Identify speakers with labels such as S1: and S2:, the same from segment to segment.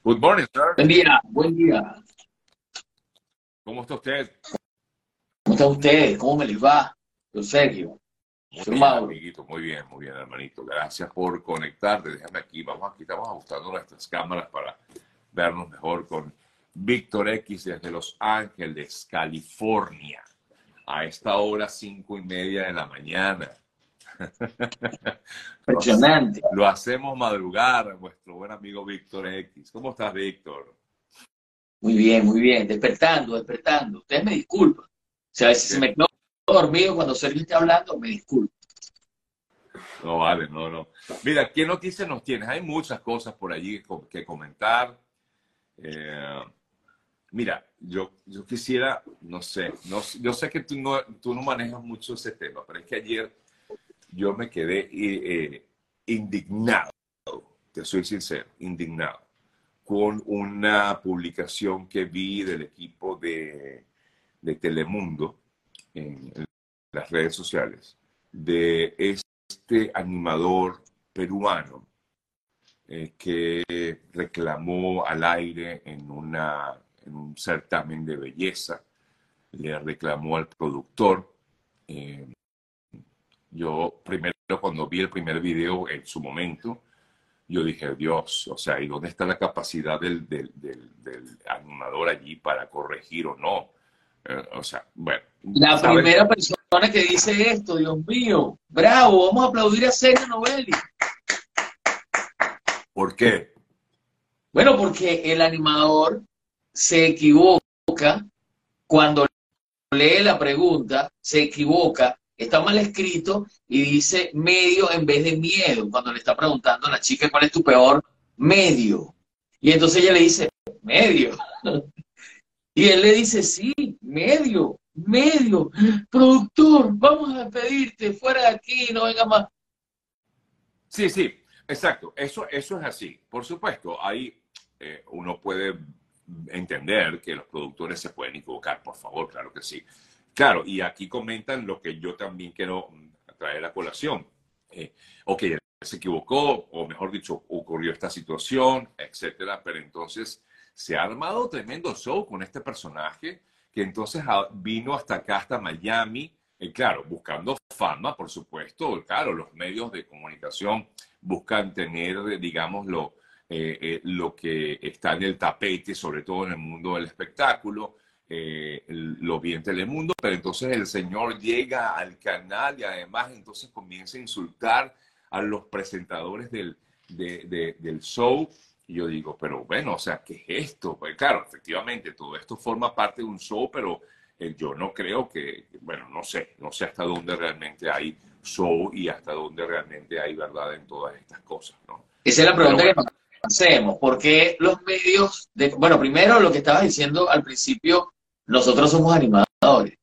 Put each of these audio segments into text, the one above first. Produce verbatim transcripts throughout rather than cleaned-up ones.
S1: Good morning, sir.
S2: Buen día, buen día.
S1: ¿Cómo está usted?
S2: ¿Cómo están ustedes? ¿Cómo me les va? Yo, Sergio.
S1: Muy
S2: Soy
S1: bien,
S2: Mauro.
S1: amiguito, muy bien, muy bien, hermanito. Gracias por conectarte. Déjame aquí, vamos aquí, estamos ajustando nuestras cámaras para vernos mejor con Víctor X desde Los Ángeles, California. A esta hora, cinco y media de la mañana. Lo,
S2: Impresionante.
S1: lo hacemos madrugar, nuestro buen amigo Víctor X. ¿Cómo estás, Víctor?
S2: Muy bien, muy bien. Despertando, despertando. Ustedes me disculpan. O sea, a veces se
S1: ¿Qué?
S2: me quedo dormido cuando Sergio está hablando, me disculpo.
S1: No, vale, no, no. Mira, ¿qué noticias nos tienes? Hay muchas cosas por allí que comentar. Eh, mira, yo, yo quisiera, no sé, no, yo sé que tú no, tú no manejas mucho ese tema, pero es que ayer yo me quedé eh, indignado, te soy sincero, indignado, con una publicación que vi del equipo de, de Telemundo en, en las redes sociales, de este animador peruano eh, que reclamó al aire en, una, en un certamen de belleza, le reclamó al productor. Eh, yo primero, cuando vi el primer video en su momento, yo dije, Dios, o sea, ¿y dónde está la capacidad del, del, del, del animador allí para corregir o no? Eh, o sea, bueno,
S2: La
S1: ¿sabes
S2: primera persona que dice esto, Dios mío, bravo, vamos a aplaudir a Sergio Novelli.
S1: por qué?
S2: Bueno, porque el animador se equivoca cuando lee la pregunta, se equivoca, está mal escrito y dice medio en vez de miedo, cuando le está preguntando a la chica cuál es tu peor medio. Y entonces ella le dice, medio. Y él le dice, sí, medio, medio. Productor, vamos a despedirte, fuera de aquí, no venga más.
S1: Sí, sí, exacto. Eso, eso es así. Por supuesto, ahí eh, uno puede entender que los productores se pueden equivocar, por favor, claro que sí. Claro, y aquí comentan lo que yo también quiero traer a colación. Eh, ok, él se equivocó, o mejor dicho, ocurrió esta situación, etcétera, pero entonces se ha armado tremendo show con este personaje que entonces vino hasta acá, hasta Miami, y claro, buscando fama, por supuesto, claro, los medios de comunicación buscan tener, digámoslo, eh, eh, lo que está en el tapete, sobre todo en el mundo del espectáculo, eh, lo vi en Telemundo, pero entonces el señor llega al canal y además entonces comienza a insultar a los presentadores del, de, de, del show. Y yo digo, pero bueno, o sea, ¿qué es esto? Pues claro, efectivamente, todo esto forma parte de un show, pero eh, yo no creo que, bueno, no sé, no sé hasta dónde realmente hay show y hasta dónde realmente hay verdad en todas estas cosas, ¿no?
S2: Esa es la
S1: Pero
S2: pregunta que
S1: bueno,
S2: nos hacemos. ¿Por qué los medios, de, bueno, primero lo que estabas diciendo al principio, nosotros somos animadores.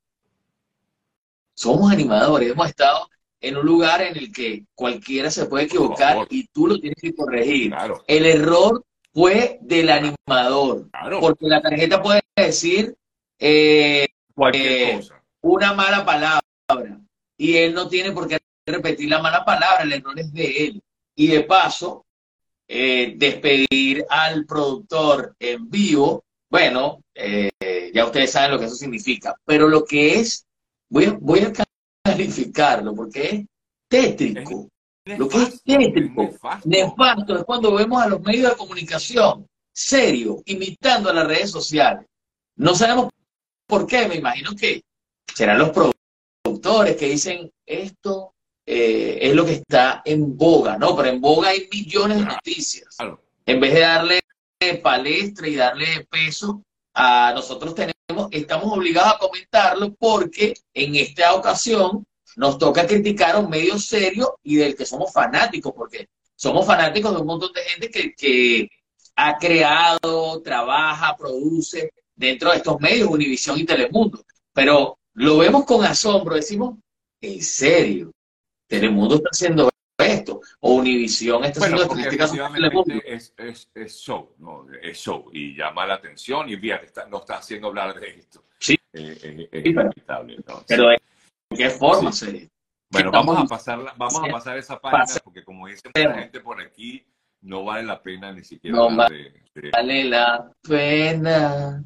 S2: Somos animadores, hemos estado en un lugar en el que cualquiera se puede
S1: por
S2: equivocar
S1: favor,
S2: y tú lo tienes que corregir.
S1: claro,
S2: El error fue del animador,
S1: claro,
S2: porque la tarjeta puede decir eh,
S1: cualquier
S2: eh,
S1: cosa.
S2: una mala palabra y él no tiene por qué repetir la mala palabra, el error es de él. Y de paso, eh, despedir al productor en vivo, bueno, eh, ya ustedes saben lo que eso significa, pero lo que es, voy a, voy a calificarlo porque es
S1: Es
S2: tétrico, lo que es
S1: nefasto, es
S2: tétrico,
S1: nefasto.
S2: nefasto, es cuando vemos a los medios de comunicación serio, imitando a las redes sociales. No sabemos por qué, me imagino que serán los productores que dicen esto eh, es lo que está en boga, ¿no? Pero en boga hay millones de noticias.
S1: Claro,
S2: En vez de darle palestra y darle peso, a nosotros tenemos, estamos obligados a comentarlo porque en esta ocasión nos toca criticar a un medio serio y del que somos fanáticos, porque somos fanáticos de un montón de gente que, que ha creado, trabaja, produce dentro de estos medios, Univisión y Telemundo. Pero lo vemos con asombro, decimos, ¿en serio? Telemundo está haciendo esto, o Univisión está haciendo
S1: bueno,
S2: esto, en
S1: porque
S2: este caso Telemundo.
S1: efectivamente es, es, es show, ¿no? Es show y llama la atención y fíjate, está, no está haciendo hablar de esto.
S2: Sí,
S1: Eh, eh, es
S2: pero,
S1: inevitable, ¿no?
S2: pero
S1: Sí,
S2: ¿de qué forma
S1: sí.
S2: se? ¿Qué
S1: Bueno, vamos
S2: estamos
S1: a pasar, vamos a
S2: diciendo?
S1: pasar esa página porque como dice mucha gente por aquí, no vale la pena ni siquiera
S2: No
S1: hablar de, de...
S2: vale la pena.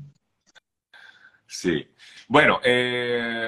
S1: Sí. Bueno, eh,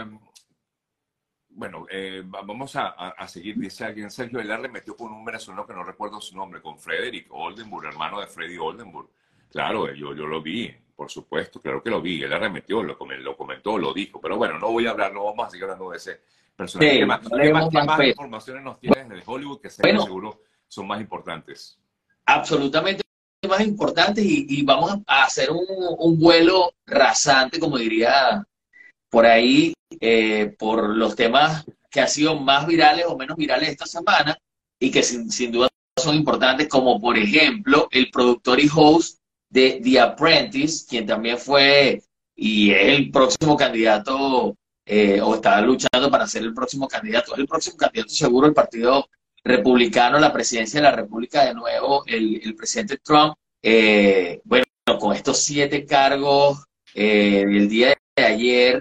S1: bueno eh, vamos a, a, a, seguir. Dice alguien, Sergio Aguilar metió con un venezolano que no recuerdo su nombre, con Frederick Oldenburg, hermano de Freddy Oldenburg. Claro, yo, yo lo vi, por supuesto, claro que lo vi. Él arremetió, lo, lo comentó, lo dijo. Pero bueno, no voy a hablar, no vamos a seguir hablando de ese personaje.
S2: Sí,
S1: ¿Qué más,
S2: no le
S1: qué más,
S2: demos
S1: qué
S2: más
S1: más
S2: peso.
S1: informaciones nos tienes de Hollywood que sé que
S2: Bueno,
S1: seguro son más importantes?
S2: absolutamente más importantes y, y vamos a hacer un, un vuelo rasante, como diría por ahí, eh, por los temas que han sido más virales o menos virales esta semana y que sin, sin duda son importantes, como por ejemplo el productor y host de The Apprentice, quien también fue y es el próximo candidato eh, o está luchando para ser el próximo candidato, es el próximo candidato seguro el Partido Republicano a la presidencia de la República de nuevo, el, el presidente Trump. Eh, bueno, con estos siete cargos eh, del día de ayer,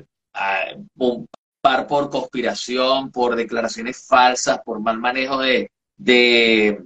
S2: un par por conspiración, por declaraciones falsas, por mal manejo de, de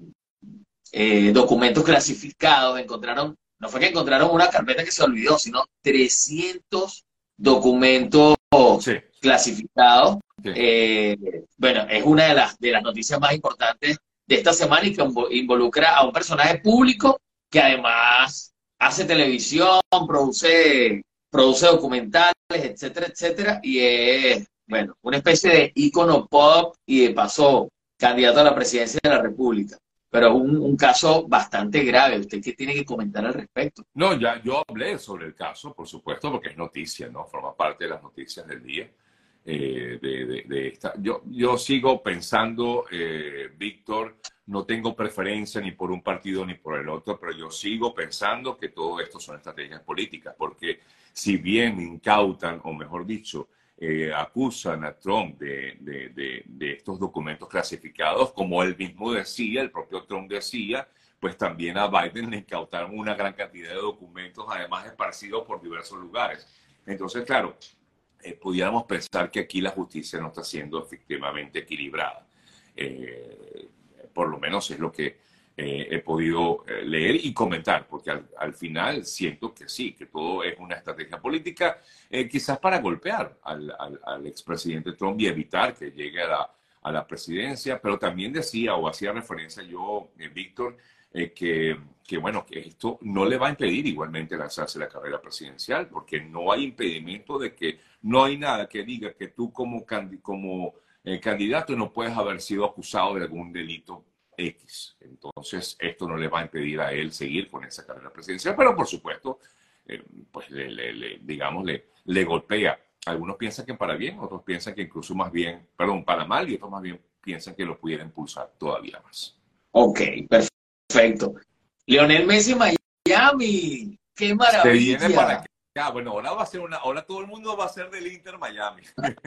S2: eh, documentos clasificados. Encontraron, no fue que encontraron una carpeta que se olvidó, sino trescientos documentos
S1: Sí.
S2: clasificados.
S1: Sí.
S2: Eh, bueno, es una de las, de las noticias más importantes de esta semana y que involucra a un personaje público que además hace televisión, produce produce documentales, etcétera, etcétera, y es, bueno, una especie de ícono pop y de paso candidato a la presidencia de la República. Pero es un, un caso bastante grave. ¿Usted qué tiene que comentar al respecto?
S1: No, ya yo hablé sobre el caso, por supuesto, porque es noticia, ¿no? Forma parte de las noticias del día. Eh, de, de, de esta. Yo, yo sigo pensando, eh, Víctor, no tengo preferencia ni por un partido ni por el otro, pero yo sigo pensando que todo esto son estrategias políticas, porque si bien incautan, o mejor dicho, eh, acusan a Trump de, de, de, de estos documentos clasificados, como él mismo decía, el propio Trump decía, pues también a Biden le incautaron una gran cantidad de documentos, además esparcidos por diversos lugares. Entonces, claro, eh, pudiéramos pensar que aquí la justicia no está siendo efectivamente equilibrada. Eh, por lo menos es lo que eh, he podido eh, leer y comentar, porque al, al, final siento que sí, que todo es una estrategia política, eh, quizás para golpear al, al, al expresidente Trump y evitar que llegue a la, a la presidencia, pero también decía o hacía referencia yo, eh, Víctor, eh, que, que bueno, que esto no le va a impedir igualmente lanzarse la carrera presidencial, porque no hay impedimento de que no hay nada que diga que tú como, como eh, candidato no puedes haber sido acusado de algún delito X. Entonces, esto no le va a impedir a él seguir con esa carrera presidencial, pero por supuesto, eh, pues le, le, le, digamos, le, le golpea. Algunos piensan que para bien, otros piensan que incluso más bien, perdón, para mal, y otros más bien piensan que lo pudiera impulsar todavía más.
S2: Ok, perfecto. Lionel Messi, Miami, qué maravilla.
S1: Se viene para acá. Ah, bueno, ahora va a ser una, ahora todo el mundo va a ser del Inter Miami.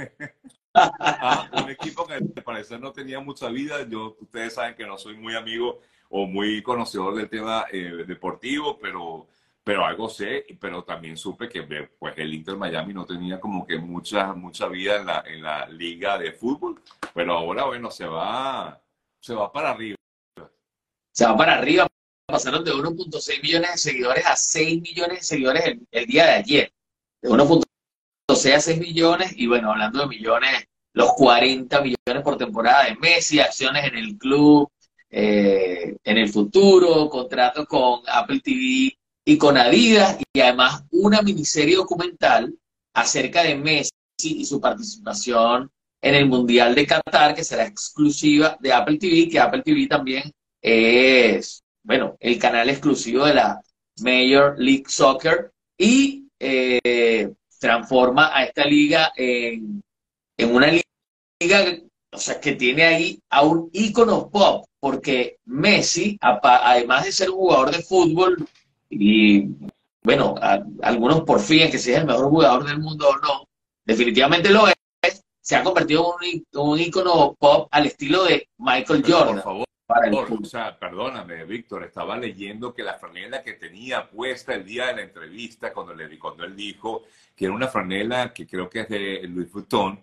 S1: Ah, un equipo que al parecer no tenía mucha vida. Yo, ustedes saben que no soy muy amigo o muy conocedor del tema eh, deportivo, pero, pero algo sé, pero también supe que pues, el Inter Miami no tenía como que mucha, mucha vida en la, en la liga de fútbol, pero ahora, bueno, se va, se va para arriba.
S2: Se va para arriba. Pasaron de uno punto seis millones de seguidores a seis millones de seguidores el, el día de ayer. De uno punto seis a seis millones, y bueno, hablando de millones, los cuarenta millones por temporada de Messi, acciones en el club, eh, en el futuro, contrato con Apple T V y con Adidas, y además una miniserie documental acerca de Messi y su participación en el Mundial de Qatar, que será exclusiva de Apple T V, que Apple T V también es, bueno, el canal exclusivo de la Major League Soccer, y eh, transforma a esta liga en, en una liga, o sea, que tiene ahí a un ícono pop, porque Messi, además de ser un jugador de fútbol, y bueno, a, algunos porfían que si es el mejor jugador del mundo o no, definitivamente lo es, se ha convertido en un, un ícono pop al estilo de Michael
S1: Pero
S2: Jordan.
S1: por favor,
S2: Para el
S1: o sea, perdóname, Víctor, estaba leyendo que la franela que tenía puesta el día de la entrevista, cuando, le, cuando él dijo que era una franela que creo que es de Louis Vuitton,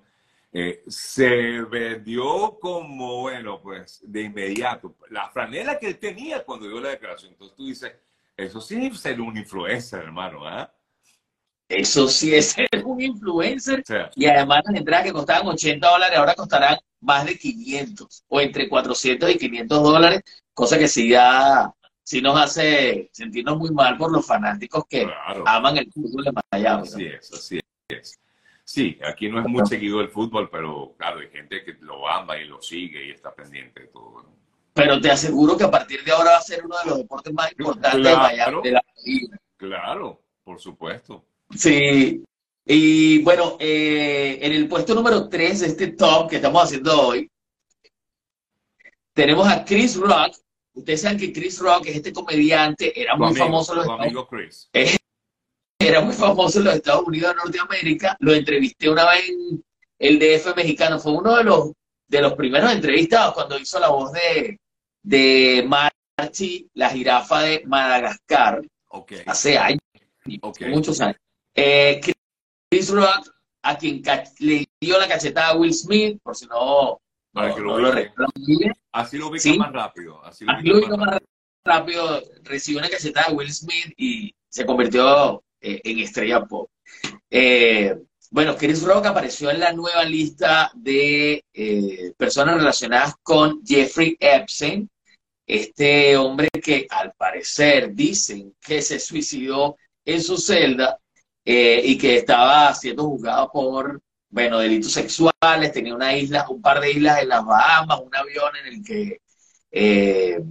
S1: Eh, se vendió como, bueno, pues de inmediato. La franela que él tenía cuando dio la declaración. Entonces tú dices, eso sí es ser un influencer, hermano, ¿ah?
S2: Eso sí es ser un
S1: O
S2: influencer.
S1: sea,
S2: Y además las entradas que costaban ochenta dólares ahora costarán más de quinientos o entre cuatrocientos y quinientos dólares, cosa que sí, ya, sí nos hace sentirnos muy mal por los fanáticos que
S1: claro,
S2: aman el fútbol de Miami,
S1: así
S2: ¿no?
S1: es, así es. Sí, aquí no es muy seguido el fútbol, pero claro, hay gente que lo ama y lo sigue y está pendiente de todo, ¿no?
S2: Pero te aseguro que a partir de ahora va a ser uno de los deportes más importantes de Miami, de
S1: Claro,
S2: la liga.
S1: claro, por supuesto.
S2: Sí. Y bueno, eh, en el puesto número tres de este top que estamos haciendo hoy, tenemos a Chris Rock. Ustedes saben que Chris Rock es este comediante, era
S1: Tu
S2: muy
S1: amigo,
S2: famoso en los
S1: tu
S2: Estados
S1: amigo Chris.
S2: Unidos, era muy famoso en los Estados Unidos de Norteamérica. Lo entrevisté una vez en el D F mexicano. Fue uno de los, de los primeros entrevistados cuando hizo la voz de, de Marchi, la jirafa de Madagascar,
S1: Ok,
S2: hace años,
S1: ok.
S2: muchos años. Eh, Chris Rock, a quien le dio la cachetada a Will Smith, por si no,
S1: Para que
S2: no,
S1: lo
S2: no lo
S1: ubiquen.
S2: recuerdan muy bien,
S1: Así lo ubican
S2: ¿sí?
S1: más rápido. Así lo
S2: Aquí
S1: ubican
S2: lo
S1: más
S2: vino más
S1: rápido.
S2: rápido, recibió una cachetada de Will Smith y se convirtió eh, en estrella pop. Eh, bueno, Chris Rock apareció en la nueva lista de eh, personas relacionadas con Jeffrey Epstein, este hombre que al parecer dicen que se suicidó en su celda eh, y que estaba siendo juzgado por, bueno, delitos sexuales, tenía una isla, un par de islas en las Bahamas, un avión en el que eh,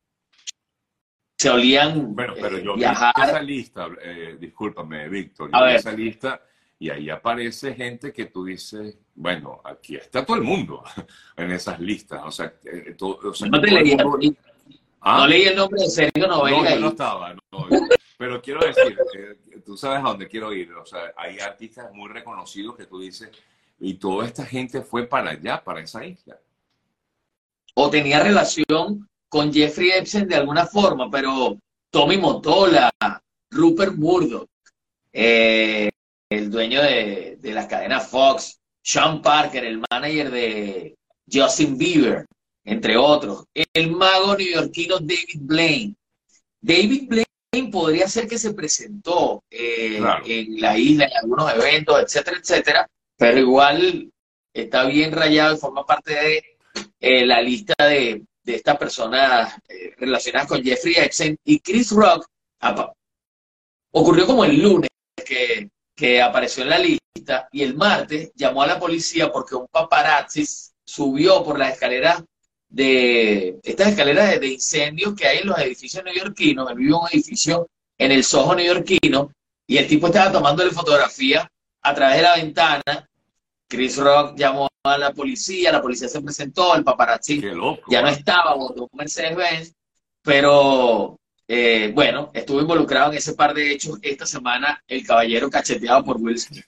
S2: se olían
S1: Bueno, pero
S2: eh,
S1: yo vi
S2: viajar.
S1: esa lista, eh, discúlpame, Víctor,
S2: A
S1: yo vi
S2: ver,
S1: esa lista y ahí aparece gente que tú dices, bueno, aquí está todo el mundo en esas listas. O sea, eh, todo, o sea que
S2: no te
S1: todo el
S2: leía,
S1: mundo...
S2: no
S1: ¿Ah?
S2: leí el nombre de Sergio
S1: No,
S2: Novelli
S1: yo no
S2: ahí.
S1: estaba, no, yo- pero quiero decir, eh, tú sabes a dónde quiero ir. O sea, hay artistas muy reconocidos que tú dices, y toda esta gente fue para allá, para esa isla.
S2: O tenía relación con Jeffrey Epstein de alguna forma, pero Tommy Motola, Rupert Murdoch, eh, el dueño de, de la cadena Fox, Sean Parker, el manager de Justin Bieber, entre otros, el mago neoyorquino David Blaine. David Blaine podría ser que se presentó eh,
S1: Claro.
S2: en la isla en algunos eventos, etcétera, etcétera, pero igual está bien rayado y forma parte de eh, la lista de, de estas personas eh, relacionadas con Jeffrey Epstein y Chris Rock. Ocurrió como el lunes que, que apareció en la lista y el martes llamó a la policía porque un paparazzi subió por las escaleras de estas escaleras de, de incendios que hay en los edificios neoyorquinos. Él vive en un edificio en el Soho neoyorquino y el tipo estaba tomándole fotografía a través de la ventana. Chris Rock llamó a la policía, la policía se presentó, el paparazzi
S1: Qué loco,
S2: ya no
S1: ¿ah?
S2: estaba, botó un Mercedes-Benz, pero eh, bueno, estuvo involucrado en ese par de hechos esta semana el caballero cacheteado por Will Smith.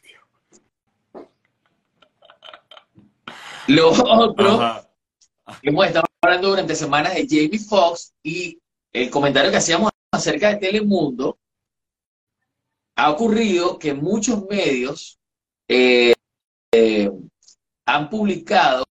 S2: Lo otro,
S1: Ajá.
S2: hemos estado hablando durante semanas de Jamie Foxx y el comentario que hacíamos acerca de Telemundo, ha ocurrido que muchos medios eh, eh, han publicado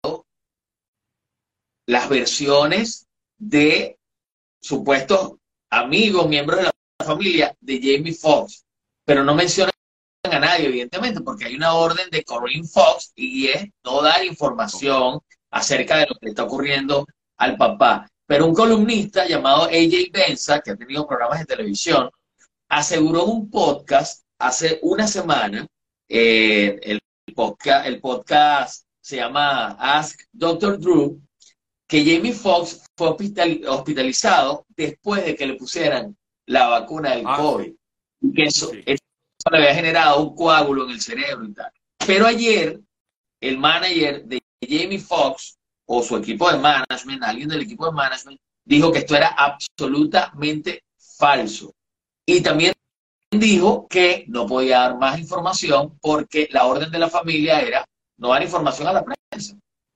S2: las versiones de supuestos amigos, miembros de la familia de Jamie Foxx, pero no mencionan a nadie, evidentemente, porque hay una orden de Corinne Foxx y es no dar información acerca de lo que le está ocurriendo al papá. Pero un columnista llamado A J Benza, que ha tenido programas de televisión, aseguró en un podcast hace una semana, eh, el, podcast, el podcast se llama Ask doctor Drew, que Jamie Foxx fue hospitalizado después de que le pusieran la vacuna del
S1: Ah,
S2: COVID.
S1: sí,
S2: Y que eso,
S1: sí.
S2: eso le había generado un coágulo en el cerebro y tal. Pero ayer, el manager de Jamie Foxx, o su equipo de management, alguien del equipo de management, dijo que esto era absolutamente falso. Y también dijo que no podía dar más información porque la orden de la familia era no dar información a la prensa.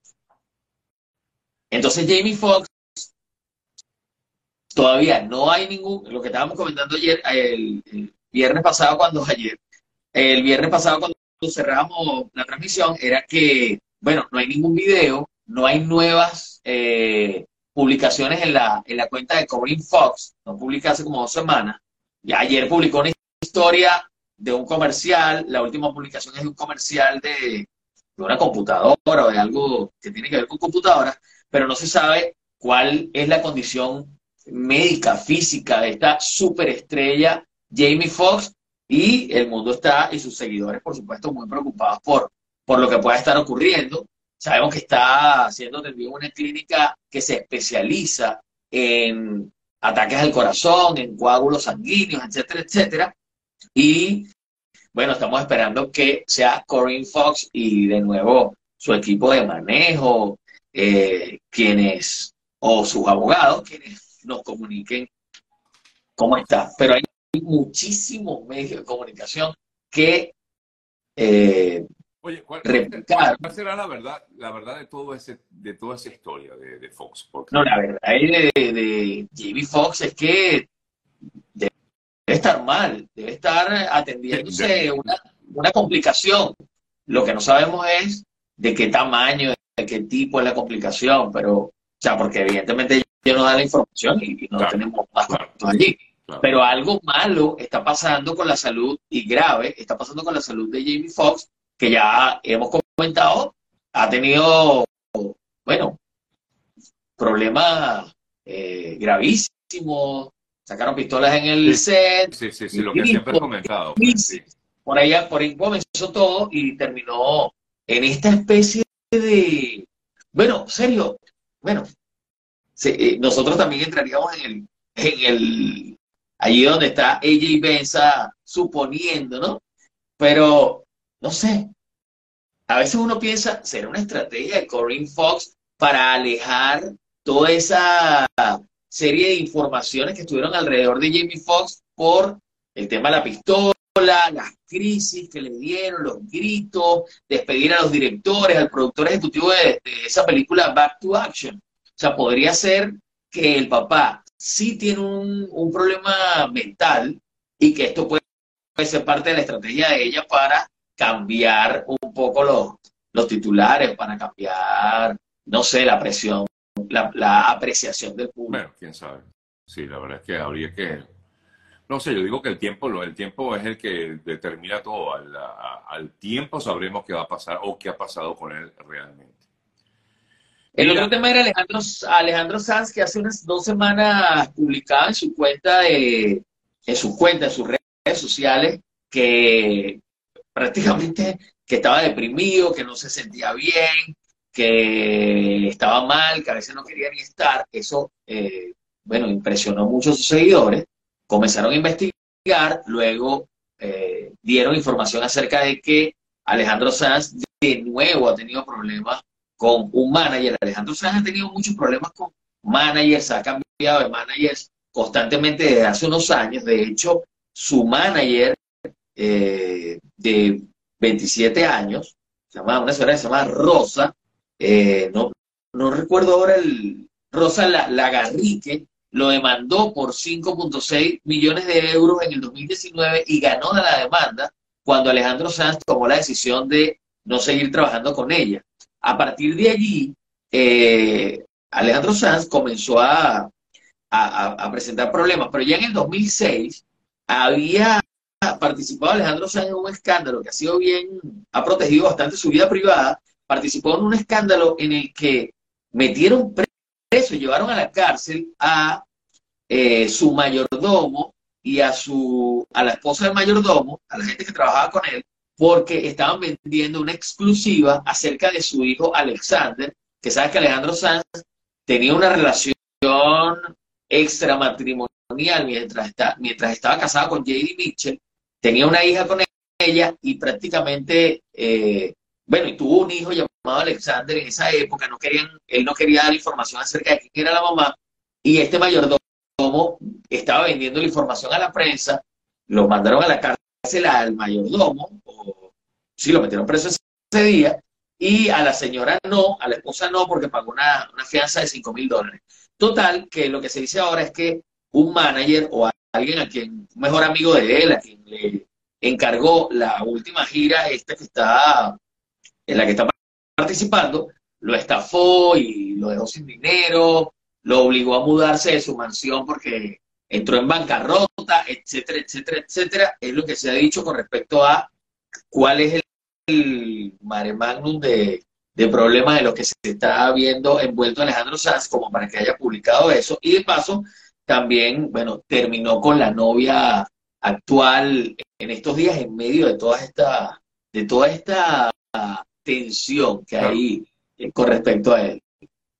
S2: Entonces Jamie Foxx todavía no hay ningún, lo que estábamos comentando ayer, el, el viernes pasado cuando ayer, el viernes pasado cuando cerramos la transmisión, era que bueno, no hay ningún video, no hay nuevas eh, publicaciones en la, en la cuenta de Corinne Fox, no publica hace como dos semanas. Ya ayer publicó una historia de un comercial, la última publicación es de un comercial de, de una computadora o de algo que tiene que ver con computadoras, pero no se sabe cuál es la condición médica, física de esta superestrella Jamie Foxx, y el mundo está, y sus seguidores, por supuesto, muy preocupados por, por lo que pueda estar ocurriendo. Sabemos que está siendo atendido en una clínica que se especializa en ataques al corazón, en coágulos sanguíneos, etcétera, etcétera. Y bueno, estamos esperando que sea Corinne Foxx y de nuevo su equipo de manejo, eh, quienes, o sus abogados, quienes nos comuniquen cómo está. Pero hay muchísimos medios de comunicación que eh,
S1: Oye, ¿cuál, cuál,
S2: replicaron.
S1: cuál será la verdad, la verdad de todo ese, de toda esa historia de, de Fox? Porque,
S2: No, la verdad de, de, de Jamie Foxx es que debe estar mal, debe estar atendiéndose
S1: de,
S2: una, una complicación. Lo que no sabemos es de qué tamaño, de qué tipo es la complicación, pero, o sea, porque evidentemente ellos no dan la información y, y no
S1: claro,
S2: tenemos más
S1: claro,
S2: contactos allí.
S1: claro.
S2: Pero algo malo está pasando con la salud, y grave, está pasando con la salud de Jamie Foxx, que ya hemos comentado, ha tenido, bueno, problemas eh, gravísimos, sacaron pistolas en el
S1: Sí,
S2: set,
S1: sí, sí, sí,
S2: y
S1: lo que siempre he
S2: gritos,
S1: comentado, pues, sí.
S2: crisis. Por allá, por ahí comenzó todo y terminó en esta especie de, bueno, serio, bueno, se, eh, nosotros también entraríamos en el, en el, allí donde está ella y Benza, suponiendo, ¿no? Pero, no sé, a veces uno piensa, ¿será una estrategia de Corinne Foxx para alejar toda esa serie de informaciones que estuvieron alrededor de Jamie Foxx por el tema de la pistola, las crisis que le dieron, los gritos, despedir a los directores, al productor ejecutivo de, de esa película Back to Action? O sea, podría ser que el papá sí tiene un, un problema mental y que esto puede, puede ser parte de la estrategia de ella para cambiar un poco los, los titulares, para cambiar, no sé, la presión, la, la apreciación del público.
S1: Bueno, quién sabe. Sí, la verdad es que habría que... No sé, yo digo que el tiempo, lo, el tiempo es el que determina todo. Al, a- al tiempo sabremos qué va a pasar o qué ha pasado con él realmente.
S2: El otro
S1: Mira,
S2: tema era Alejandro, Alejandro Sanz, que hace unas dos semanas publicaba en su cuenta de, en su cuenta, en sus redes sociales, que prácticamente que estaba deprimido, que no se sentía bien, que estaba mal, que a veces no quería ni estar. Eso, eh, bueno, impresionó mucho a sus seguidores. Comenzaron a investigar, luego eh, dieron información acerca de que Alejandro Sanz de nuevo ha tenido problemas con un manager. Alejandro Sanz ha tenido muchos problemas con managers, ha cambiado de managers constantemente desde hace unos años. De hecho, su manager eh, de veintisiete años, se llama, una señora que se llama Rosa, eh, no, no recuerdo ahora el, Rosa Lagarrique, lo demandó por cinco punto seis millones de euros en el dos mil diecinueve y ganó la demanda cuando Alejandro Sanz tomó la decisión de no seguir trabajando con ella. A partir de allí, eh, Alejandro Sanz comenzó a, a, a presentar problemas, pero ya en el dos mil seis había participado Alejandro Sanz en un escándalo que ha sido bien, ha protegido bastante su vida privada. Participó en un escándalo en el que metieron preso, llevaron a la cárcel a eh, su mayordomo y a su a la esposa del mayordomo, a la gente que trabajaba con él, porque estaban vendiendo una exclusiva acerca de su hijo Alexander, que sabes que Alejandro Sanz tenía una relación extramatrimonial mientras, está, mientras estaba casado con J D Mitchell, tenía una hija con ella y prácticamente, eh, bueno, y tuvo un hijo llamado Alexander en esa época. No querían, él no quería dar información acerca de quién era la mamá, y este mayordomo estaba vendiendo la información a la prensa. Lo mandaron a la cárcel al mayordomo, o sí, lo metieron preso ese día, y a la señora no, a la esposa no, porque pagó una, una fianza de cinco mil dólares. Total, que lo que se dice ahora es que un manager o alguien a quien, un mejor amigo de él, a quien le encargó la última gira, esta que está, en la que está participando, lo estafó y lo dejó sin dinero, lo obligó a mudarse de su mansión porque entró en bancarrota, etcétera, etcétera, etcétera. Es lo que se ha dicho con respecto a cuál es el, el mare magnum de, de problemas de los que se está viendo envuelto Alejandro Sanz, como para que haya publicado eso. Y de paso, también, bueno, terminó con la novia actual en estos días en medio de toda esta, de toda esta tensión que
S1: Claro.
S2: hay eh, con respecto a él.